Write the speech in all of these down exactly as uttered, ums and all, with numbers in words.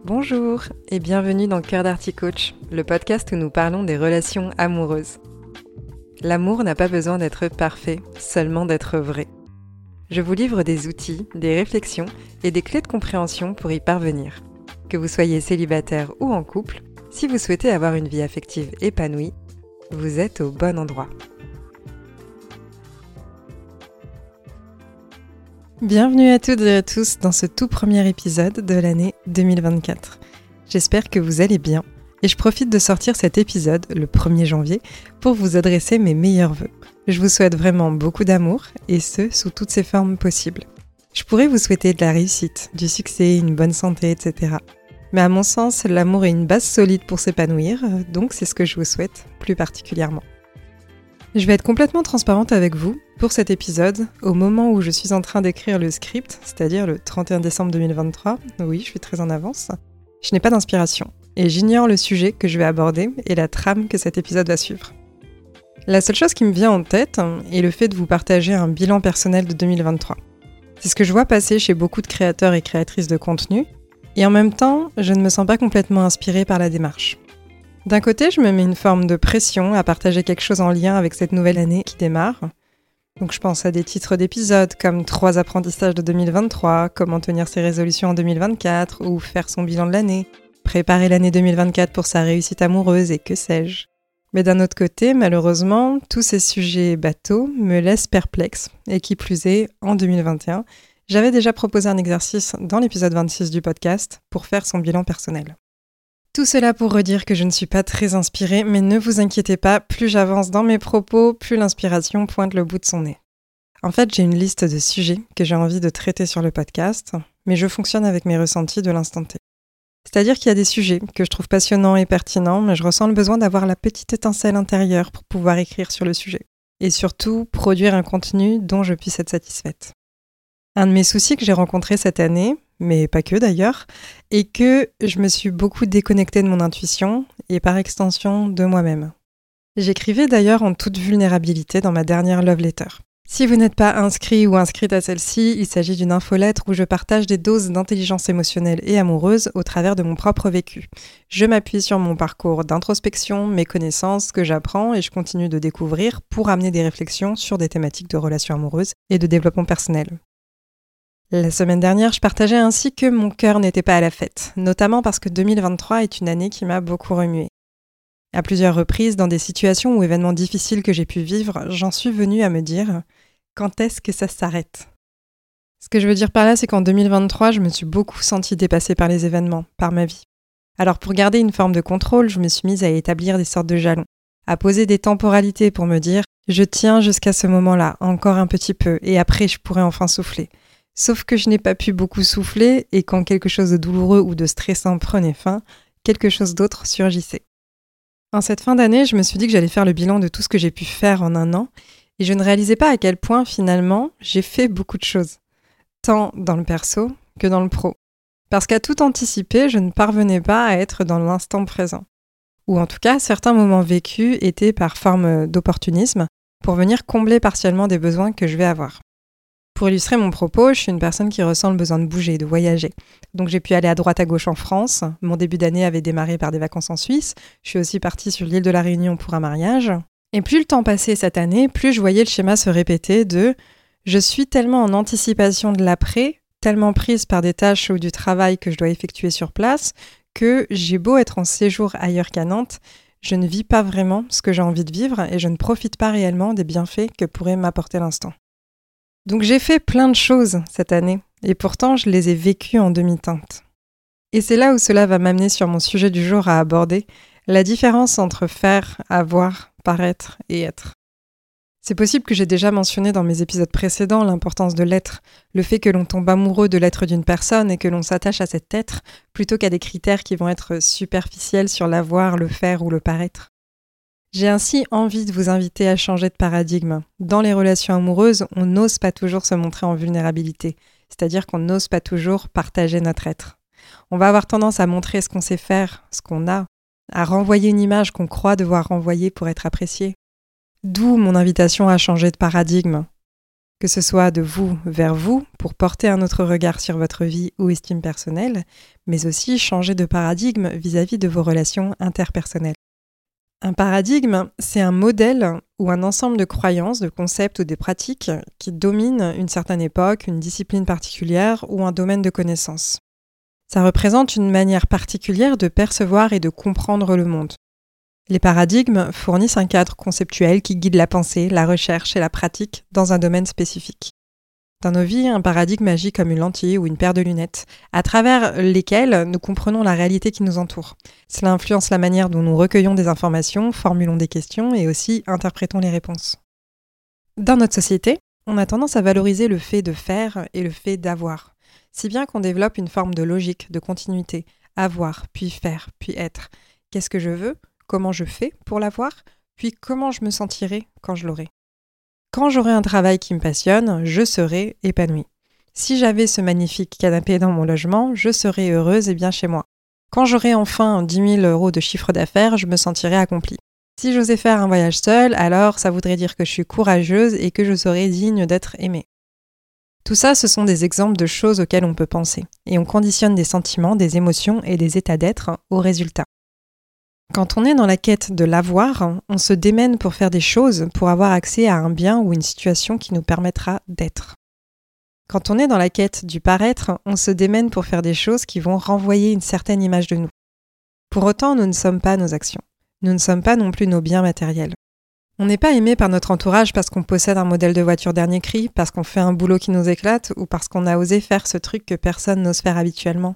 Bonjour et bienvenue dans Cœur d'Articoach, le podcast où nous parlons des relations amoureuses. L'amour n'a pas besoin d'être parfait, seulement d'être vrai. Je vous livre des outils, des réflexions et des clés de compréhension pour y parvenir. Que vous soyez célibataire ou en couple, si vous souhaitez avoir une vie affective épanouie, vous êtes au bon endroit. Bienvenue à toutes et à tous dans ce tout premier épisode de l'année deux mille vingt-quatre. J'espère que vous allez bien et je profite de sortir cet épisode le premier janvier pour vous adresser mes meilleurs vœux. Je vous souhaite vraiment beaucoup d'amour et ce, sous toutes ses formes possibles. Je pourrais vous souhaiter de la réussite, du succès, une bonne santé, et cetera. Mais à mon sens, l'amour est une base solide pour s'épanouir, donc c'est ce que je vous souhaite plus particulièrement. Je vais être complètement transparente avec vous pour cet épisode, au moment où je suis en train d'écrire le script, c'est-à-dire le trente et un décembre deux mille vingt-trois, oui, je suis très en avance, je n'ai pas d'inspiration et j'ignore le sujet que je vais aborder et la trame que cet épisode va suivre. La seule chose qui me vient en tête est le fait de vous partager un bilan personnel de deux mille vingt-trois. C'est ce que je vois passer chez beaucoup de créateurs et créatrices de contenu, et en même temps, je ne me sens pas complètement inspirée par la démarche. D'un côté, je me mets une forme de pression à partager quelque chose en lien avec cette nouvelle année qui démarre. Donc je pense à des titres d'épisodes comme trois apprentissages de deux mille vingt-trois, comment tenir ses résolutions en deux mille vingt-quatre ou faire son bilan de l'année, préparer l'année deux mille vingt-quatre pour sa réussite amoureuse et que sais-je. Mais d'un autre côté, malheureusement, tous ces sujets bateaux me laissent perplexe et qui plus est, en deux mille vingt et un, j'avais déjà proposé un exercice dans l'épisode vingt-six du podcast pour faire son bilan personnel. Tout cela pour redire que je ne suis pas très inspirée, mais ne vous inquiétez pas, plus j'avance dans mes propos, plus l'inspiration pointe le bout de son nez. En fait, j'ai une liste de sujets que j'ai envie de traiter sur le podcast, mais je fonctionne avec mes ressentis de l'instant T. C'est-à-dire qu'il y a des sujets que je trouve passionnants et pertinents, mais je ressens le besoin d'avoir la petite étincelle intérieure pour pouvoir écrire sur le sujet. Et surtout, produire un contenu dont je puisse être satisfaite. Un de mes soucis que j'ai rencontré cette année, mais pas que d'ailleurs, est que je me suis beaucoup déconnectée de mon intuition et par extension de moi-même. J'écrivais d'ailleurs en toute vulnérabilité dans ma dernière love letter. Si vous n'êtes pas inscrit ou inscrite à celle-ci, il s'agit d'une infolettre où je partage des doses d'intelligence émotionnelle et amoureuse au travers de mon propre vécu. Je m'appuie sur mon parcours d'introspection, mes connaissances que j'apprends et je continue de découvrir pour amener des réflexions sur des thématiques de relations amoureuses et de développement personnel. La semaine dernière, je partageais ainsi que mon cœur n'était pas à la fête, notamment parce que deux mille vingt-trois est une année qui m'a beaucoup remuée. À plusieurs reprises, dans des situations ou événements difficiles que j'ai pu vivre, j'en suis venue à me dire « quand est-ce que ça s'arrête ?» Ce que je veux dire par là, c'est qu'en deux mille vingt-trois, je me suis beaucoup sentie dépassée par les événements, par ma vie. Alors pour garder une forme de contrôle, je me suis mise à établir des sortes de jalons, à poser des temporalités pour me dire « je tiens jusqu'à ce moment-là, encore un petit peu, et après je pourrai enfin souffler ». Sauf que je n'ai pas pu beaucoup souffler et quand quelque chose de douloureux ou de stressant prenait fin, quelque chose d'autre surgissait. En cette fin d'année, je me suis dit que j'allais faire le bilan de tout ce que j'ai pu faire en un an et je ne réalisais pas à quel point finalement j'ai fait beaucoup de choses, tant dans le perso que dans le pro. Parce qu'à tout anticiper, je ne parvenais pas à être dans l'instant présent. Ou en tout cas, certains moments vécus étaient par forme d'opportunisme pour venir combler partiellement des besoins que je vais avoir. Pour illustrer mon propos, je suis une personne qui ressent le besoin de bouger, de voyager. Donc j'ai pu aller à droite à gauche en France. Mon début d'année avait démarré par des vacances en Suisse. Je suis aussi partie sur l'île de la Réunion pour un mariage. Et plus le temps passait cette année, plus je voyais le schéma se répéter de « je suis tellement en anticipation de l'après, tellement prise par des tâches ou du travail que je dois effectuer sur place, que j'ai beau être en séjour ailleurs qu'à Nantes, je ne vis pas vraiment ce que j'ai envie de vivre et je ne profite pas réellement des bienfaits que pourrait m'apporter l'instant. » Donc j'ai fait plein de choses cette année, et pourtant je les ai vécues en demi-teinte. Et c'est là où cela va m'amener sur mon sujet du jour à aborder, la différence entre faire, avoir, paraître et être. C'est possible que j'ai déjà mentionné dans mes épisodes précédents l'importance de l'être, le fait que l'on tombe amoureux de l'être d'une personne et que l'on s'attache à cet être, plutôt qu'à des critères qui vont être superficiels sur l'avoir, le faire ou le paraître. J'ai ainsi envie de vous inviter à changer de paradigme. Dans les relations amoureuses, on n'ose pas toujours se montrer en vulnérabilité, c'est-à-dire qu'on n'ose pas toujours partager notre être. On va avoir tendance à montrer ce qu'on sait faire, ce qu'on a, à renvoyer une image qu'on croit devoir renvoyer pour être apprécié. D'où mon invitation à changer de paradigme. Que ce soit de vous vers vous pour porter un autre regard sur votre vie ou estime personnelle, mais aussi changer de paradigme vis-à-vis de vos relations interpersonnelles. Un paradigme, c'est un modèle ou un ensemble de croyances, de concepts ou de pratiques qui dominent une certaine époque, une discipline particulière ou un domaine de connaissance. Ça représente une manière particulière de percevoir et de comprendre le monde. Les paradigmes fournissent un cadre conceptuel qui guide la pensée, la recherche et la pratique dans un domaine spécifique. Dans nos vies, un paradigme agit comme une lentille ou une paire de lunettes, à travers lesquelles nous comprenons la réalité qui nous entoure. Cela influence la manière dont nous recueillons des informations, formulons des questions et aussi interprétons les réponses. Dans notre société, on a tendance à valoriser le fait de faire et le fait d'avoir, si bien qu'on développe une forme de logique, de continuité, avoir, puis faire, puis être. Qu'est-ce que je veux ? Comment je fais pour l'avoir ? Puis comment je me sentirai quand je l'aurai ? Quand j'aurai un travail qui me passionne, je serai épanouie. Si j'avais ce magnifique canapé dans mon logement, je serais heureuse et bien chez moi. Quand j'aurai enfin dix mille euros de chiffre d'affaires, je me sentirai accomplie. Si j'osais faire un voyage seul, alors ça voudrait dire que je suis courageuse et que je serais digne d'être aimée. Tout ça, ce sont des exemples de choses auxquelles on peut penser. Et on conditionne des sentiments, des émotions et des états d'être aux résultats. Quand on est dans la quête de l'avoir, on se démène pour faire des choses, pour avoir accès à un bien ou une situation qui nous permettra d'être. Quand on est dans la quête du paraître, on se démène pour faire des choses qui vont renvoyer une certaine image de nous. Pour autant, nous ne sommes pas nos actions. Nous ne sommes pas non plus nos biens matériels. On n'est pas aimé par notre entourage parce qu'on possède un modèle de voiture dernier cri, parce qu'on fait un boulot qui nous éclate ou parce qu'on a osé faire ce truc que personne n'ose faire habituellement.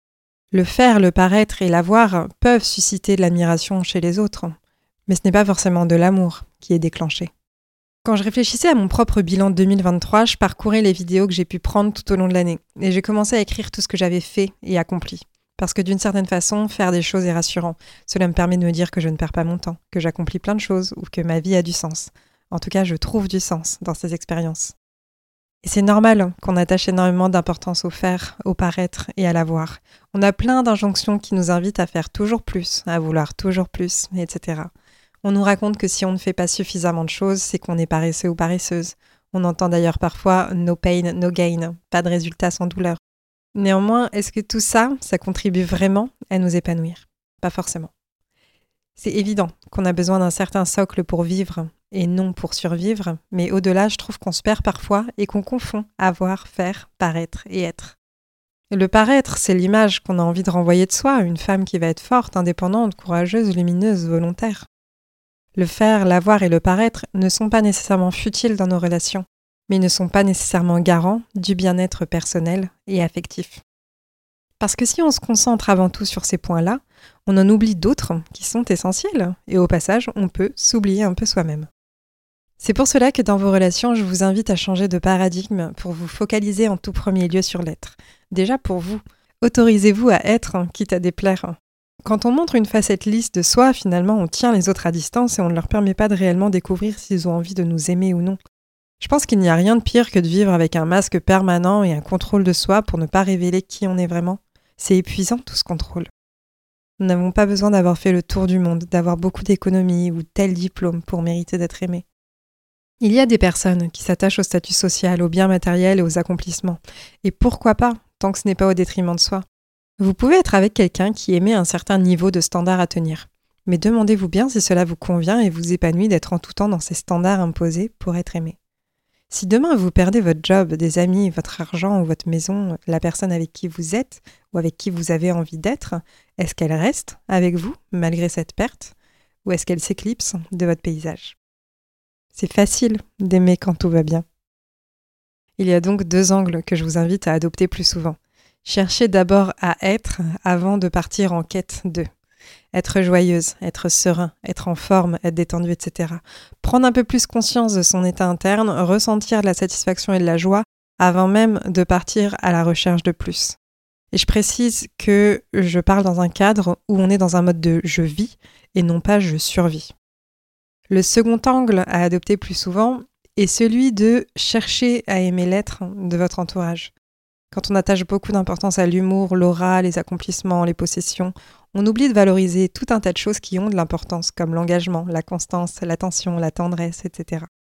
Le faire, le paraître et l'avoir peuvent susciter de l'admiration chez les autres, mais ce n'est pas forcément de l'amour qui est déclenché. Quand je réfléchissais à mon propre bilan de deux mille vingt-trois, je parcourais les vidéos que j'ai pu prendre tout au long de l'année, et j'ai commencé à écrire tout ce que j'avais fait et accompli. Parce que d'une certaine façon, faire des choses est rassurant. Cela me permet de me dire que je ne perds pas mon temps, que j'accomplis plein de choses ou que ma vie a du sens. En tout cas, je trouve du sens dans ces expériences. Et c'est normal qu'on attache énormément d'importance au faire, au paraître et à l'avoir. On a plein d'injonctions qui nous invitent à faire toujours plus, à vouloir toujours plus, et cetera. On nous raconte que si on ne fait pas suffisamment de choses, c'est qu'on est paresseux ou paresseuse. On entend d'ailleurs parfois « no pain, no gain », pas de résultat sans douleur. Néanmoins, est-ce que tout ça, ça contribue vraiment à nous épanouir ? Pas forcément. C'est évident qu'on a besoin d'un certain socle pour vivre, et non pour survivre, mais au-delà, je trouve qu'on se perd parfois et qu'on confond avoir, faire, paraître et être. Le paraître, c'est l'image qu'on a envie de renvoyer de soi, une femme qui va être forte, indépendante, courageuse, lumineuse, volontaire. Le faire, l'avoir et le paraître ne sont pas nécessairement futiles dans nos relations, mais ils ne sont pas nécessairement garants du bien-être personnel et affectif. Parce que si on se concentre avant tout sur ces points-là, on en oublie d'autres qui sont essentiels, et au passage, on peut s'oublier un peu soi-même. C'est pour cela que dans vos relations, je vous invite à changer de paradigme pour vous focaliser en tout premier lieu sur l'être. Déjà pour vous, autorisez-vous à être, quitte à déplaire. Quand on montre une facette lisse de soi, finalement, on tient les autres à distance et on ne leur permet pas de réellement découvrir s'ils ont envie de nous aimer ou non. Je pense qu'il n'y a rien de pire que de vivre avec un masque permanent et un contrôle de soi pour ne pas révéler qui on est vraiment. C'est épuisant tout ce contrôle. Nous n'avons pas besoin d'avoir fait le tour du monde, d'avoir beaucoup d'économies ou tel diplôme pour mériter d'être aimé. Il y a des personnes qui s'attachent au statut social, aux biens matériels et aux accomplissements. Et pourquoi pas, tant que ce n'est pas au détriment de soi. Vous pouvez être avec quelqu'un qui émet un certain niveau de standard à tenir. Mais demandez-vous bien si cela vous convient et vous épanouit d'être en tout temps dans ces standards imposés pour être aimé. Si demain vous perdez votre job, des amis, votre argent ou votre maison, la personne avec qui vous êtes ou avec qui vous avez envie d'être, est-ce qu'elle reste avec vous malgré cette perte ou est-ce qu'elle s'éclipse de votre paysage ? C'est facile d'aimer quand tout va bien. Il y a donc deux angles que je vous invite à adopter plus souvent. Cherchez d'abord à être avant de partir en quête de. Être joyeuse, être serein, être en forme, être détendu, et cetera. Prendre un peu plus conscience de son état interne, ressentir de la satisfaction et de la joie avant même de partir à la recherche de plus. Et je précise que je parle dans un cadre où on est dans un mode de « je vis » et non pas « je survis ». Le second angle à adopter plus souvent est celui de chercher à aimer l'être de votre entourage. Quand on attache beaucoup d'importance à l'humour, l'aura, les accomplissements, les possessions, on oublie de valoriser tout un tas de choses qui ont de l'importance, comme l'engagement, la constance, l'attention, la tendresse, et cetera.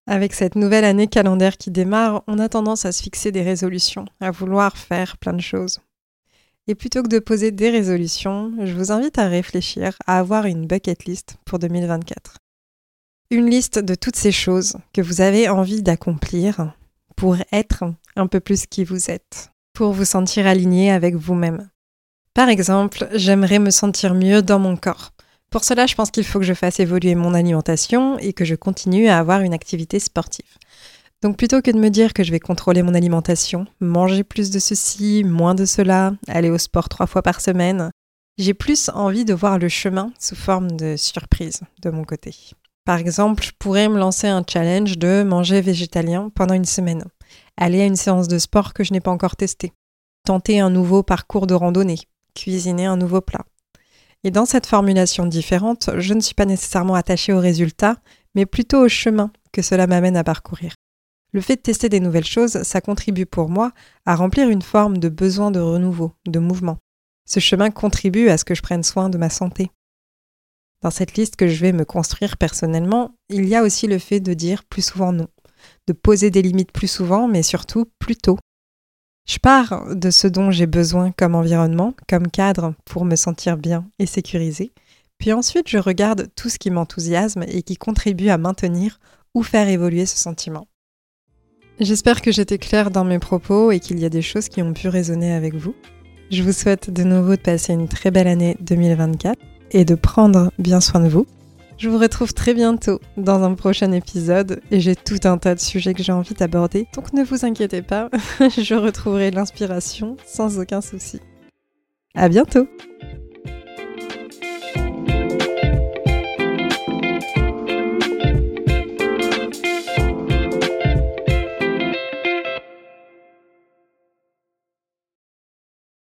Avec cette nouvelle année calendaire qui démarre, on a tendance à se fixer des résolutions, à vouloir faire plein de choses. Et plutôt que de poser des résolutions, je vous invite à réfléchir à avoir une bucket list pour deux mille vingt-quatre. Une liste de toutes ces choses que vous avez envie d'accomplir pour être un peu plus qui vous êtes, pour vous sentir aligné avec vous-même. Par exemple, j'aimerais me sentir mieux dans mon corps. Pour cela, je pense qu'il faut que je fasse évoluer mon alimentation et que je continue à avoir une activité sportive. Donc plutôt que de me dire que je vais contrôler mon alimentation, manger plus de ceci, moins de cela, aller au sport trois fois par semaine, j'ai plus envie de voir le chemin sous forme de surprise de mon côté. Par exemple, je pourrais me lancer un challenge de manger végétalien pendant une semaine, aller à une séance de sport que je n'ai pas encore testée, tenter un nouveau parcours de randonnée, cuisiner un nouveau plat. Et dans cette formulation différente, je ne suis pas nécessairement attachée au résultat, mais plutôt au chemin que cela m'amène à parcourir. Le fait de tester des nouvelles choses, ça contribue pour moi à remplir une forme de besoin de renouveau, de mouvement. Ce chemin contribue à ce que je prenne soin de ma santé. Dans cette liste que je vais me construire personnellement, il y a aussi le fait de dire plus souvent non, de poser des limites plus souvent, mais surtout plus tôt. Je pars de ce dont j'ai besoin comme environnement, comme cadre pour me sentir bien et sécurisée, puis ensuite je regarde tout ce qui m'enthousiasme et qui contribue à maintenir ou faire évoluer ce sentiment. J'espère que j'étais claire dans mes propos et qu'il y a des choses qui ont pu résonner avec vous. Je vous souhaite de nouveau de passer une très belle année deux mille vingt-quatre et de prendre bien soin de vous. Je vous retrouve très bientôt dans un prochain épisode et j'ai tout un tas de sujets que j'ai envie d'aborder, donc ne vous inquiétez pas, je retrouverai l'inspiration sans aucun souci. À bientôt!